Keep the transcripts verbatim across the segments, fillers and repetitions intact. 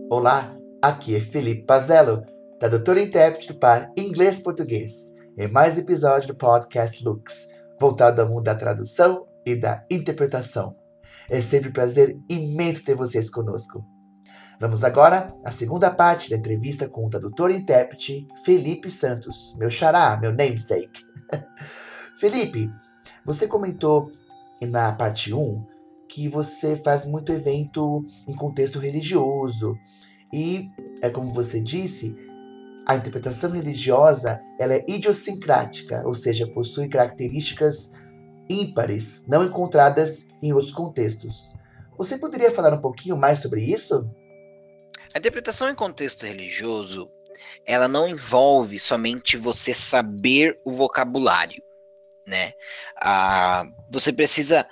Olá, aqui é Felipe Pazello, tradutor e intérprete para inglês-português, em mais um episódio do podcast Lux, voltado ao mundo da tradução e da interpretação. É sempre um prazer imenso ter vocês conosco. Vamos agora à segunda parte da entrevista com o tradutor e intérprete Felipe Santos, meu xará, meu namesake. Felipe, você comentou na parte um que você faz muito evento em contexto religioso e, é como você disse, a interpretação religiosa ela é idiosincrática, ou seja, possui características ímpares, não encontradas em outros contextos. Você poderia falar um pouquinho mais sobre isso? A interpretação em contexto religioso, ela não envolve somente você saber o vocabulário, né? Ah, você precisa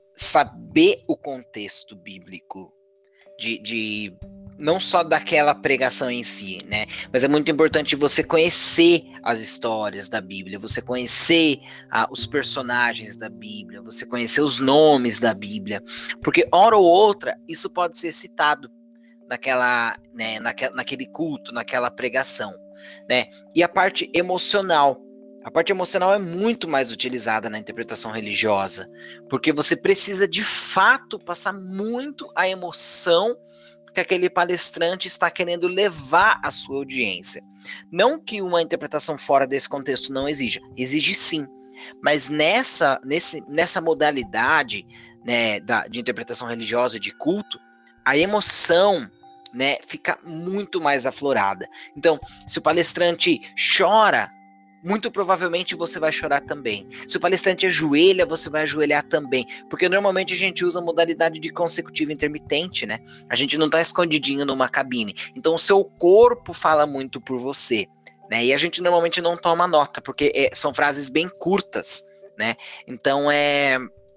saber o contexto bíblico de, de não só daquela pregação em si, né? Mas é muito importante você conhecer as histórias da Bíblia, você conhecer ah, os personagens da Bíblia, você conhecer os nomes da Bíblia, porque hora ou outra isso pode ser citado naquela, né, naque, naquele culto, naquela pregação, né? E a parte emocional. A parte emocional é muito mais utilizada na interpretação religiosa, porque você precisa de fato passar muito a emoção que aquele palestrante está querendo levar à sua audiência. Não que uma interpretação fora desse contexto não exija, exige sim, mas nessa, nesse, nessa modalidade, né, da, de interpretação religiosa, de culto, a emoção, né, fica muito mais aflorada. Então, se o palestrante chora, muito provavelmente você vai chorar também. Se o palestrante ajoelha, você vai ajoelhar também. Porque normalmente a gente usa a modalidade de consecutivo intermitente, né? A gente não está escondidinho numa cabine. Então o seu corpo fala muito por você, né? E a gente normalmente não toma nota, porque é, são frases bem curtas, né? Então é,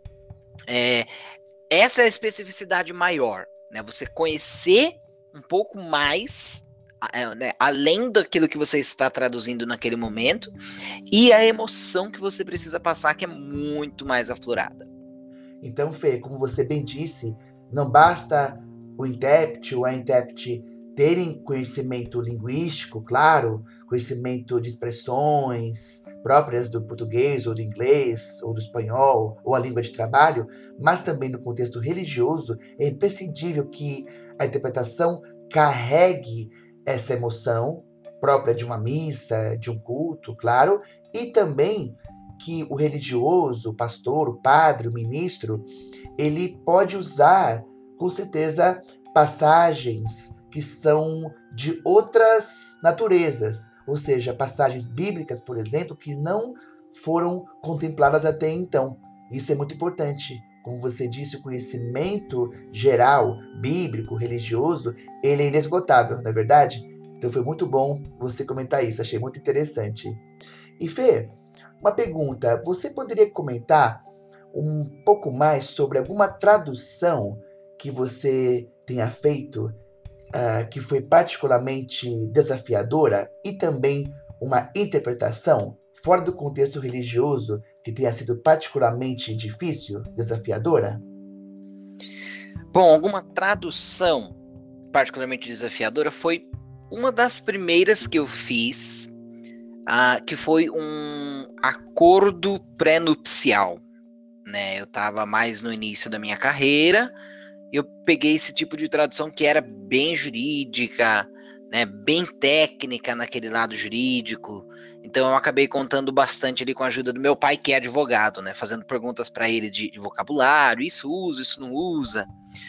é essa é a especificidade maior, né? Você conhecer um pouco mais, né, além daquilo que você está traduzindo naquele momento, e a emoção que você precisa passar, que é muito mais aflorada. Então, Fê, como você bem disse, não basta o intérprete ou a intérprete terem conhecimento linguístico, claro, conhecimento de expressões próprias do português ou do inglês ou do espanhol ou a língua de trabalho, mas também no contexto religioso é imprescindível que a interpretação carregue essa emoção própria de uma missa, de um culto, claro, e também que o religioso, o pastor, o padre, o ministro, ele pode usar, com certeza, passagens que são de outras naturezas, ou seja, passagens bíblicas, por exemplo, que não foram contempladas até então. Isso é muito importante. Como você disse, o conhecimento geral, bíblico, religioso, ele é inesgotável, não é verdade? Então foi muito bom você comentar isso, achei muito interessante. E Fê, uma pergunta, você poderia comentar um pouco mais sobre alguma tradução que você tenha feito uh, que foi particularmente desafiadora e também uma interpretação fora do contexto religioso que tenha sido particularmente difícil, desafiadora? Bom, alguma tradução particularmente desafiadora foi uma das primeiras que eu fiz, uh, que foi um acordo pré-nupcial, né? Eu estava mais no início da minha carreira, eu peguei esse tipo de tradução que era bem jurídica, né, bem técnica naquele lado jurídico. Então eu acabei contando bastante ali com a ajuda do meu pai, que é advogado, né, fazendo perguntas para ele de, de vocabulário, isso usa, isso não usa.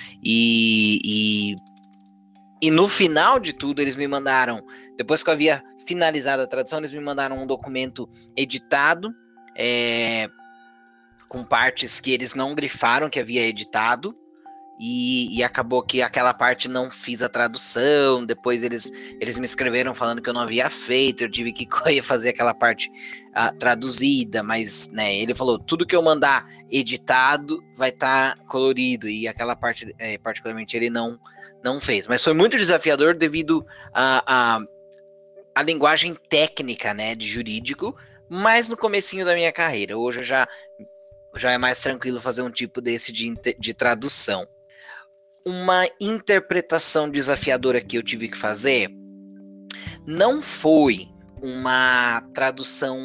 E, e, e no final de tudo eles me mandaram, depois que eu havia finalizado a tradução, eles me mandaram um documento editado, é, com partes que eles não grifaram que havia editado. E, e acabou que aquela parte não fiz a tradução. Depois eles, eles me escreveram falando que eu não havia feito. Eu tive que correr fazer aquela parte uh, traduzida. Mas, né, ele falou: tudo que eu mandar editado vai estar tá colorido. E aquela parte, é, particularmente, ele não, não fez. Mas foi muito desafiador devido a, a, a linguagem técnica, né, de jurídico. Mas no comecinho da minha carreira. Hoje já, já é mais tranquilo fazer um tipo desse de, de tradução. uma interpretação desafiadora que eu tive que fazer não foi uma tradução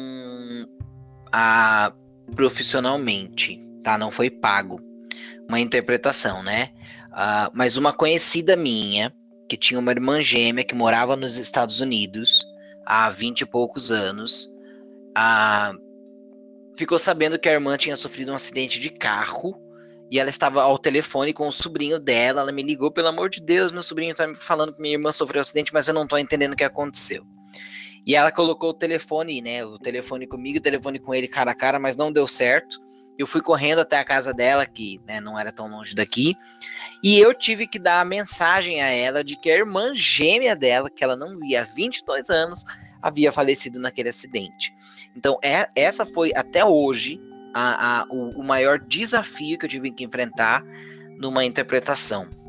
a, profissionalmente, tá? Não foi pago. Uma interpretação, né? Uh, mas uma conhecida minha, que tinha uma irmã gêmea que morava nos Estados Unidos há vinte e poucos anos, uh, ficou sabendo que a irmã tinha sofrido um acidente de carro e ela estava ao telefone com o sobrinho dela. Ela me ligou, pelo amor de Deus, meu sobrinho tá me falando que minha irmã sofreu um acidente, mas eu não tô entendendo o que aconteceu. E ela colocou o telefone, né? O telefone comigo, o telefone com ele cara a cara, mas não deu certo. Eu fui correndo até a casa dela, que, né, não era tão longe daqui, e eu tive que dar a mensagem a ela de que a irmã gêmea dela, que ela não via há vinte e dois anos, havia falecido naquele acidente. Então, é, essa foi, até hoje, a, a, o, o maior desafio que eu tive que enfrentar numa interpretação.